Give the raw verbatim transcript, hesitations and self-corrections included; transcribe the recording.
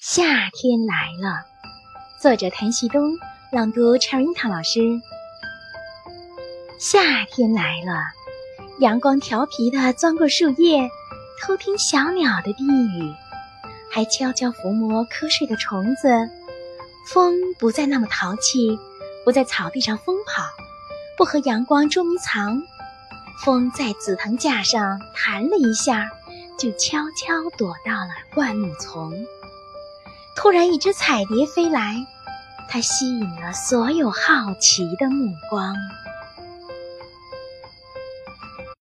夏天来了，作者谭旭东，朗读陈瑞塔老师。夏天来了，阳光调皮地钻过树叶，偷听小鸟的低语，还悄悄抚摸瞌睡的虫子。风不再那么淘气，不在草地上疯跑，不和阳光捉迷藏。风在紫藤架上弹了一下，就悄悄躲到了灌木丛。突然一只彩蝶飞来，它吸引了所有好奇的目光。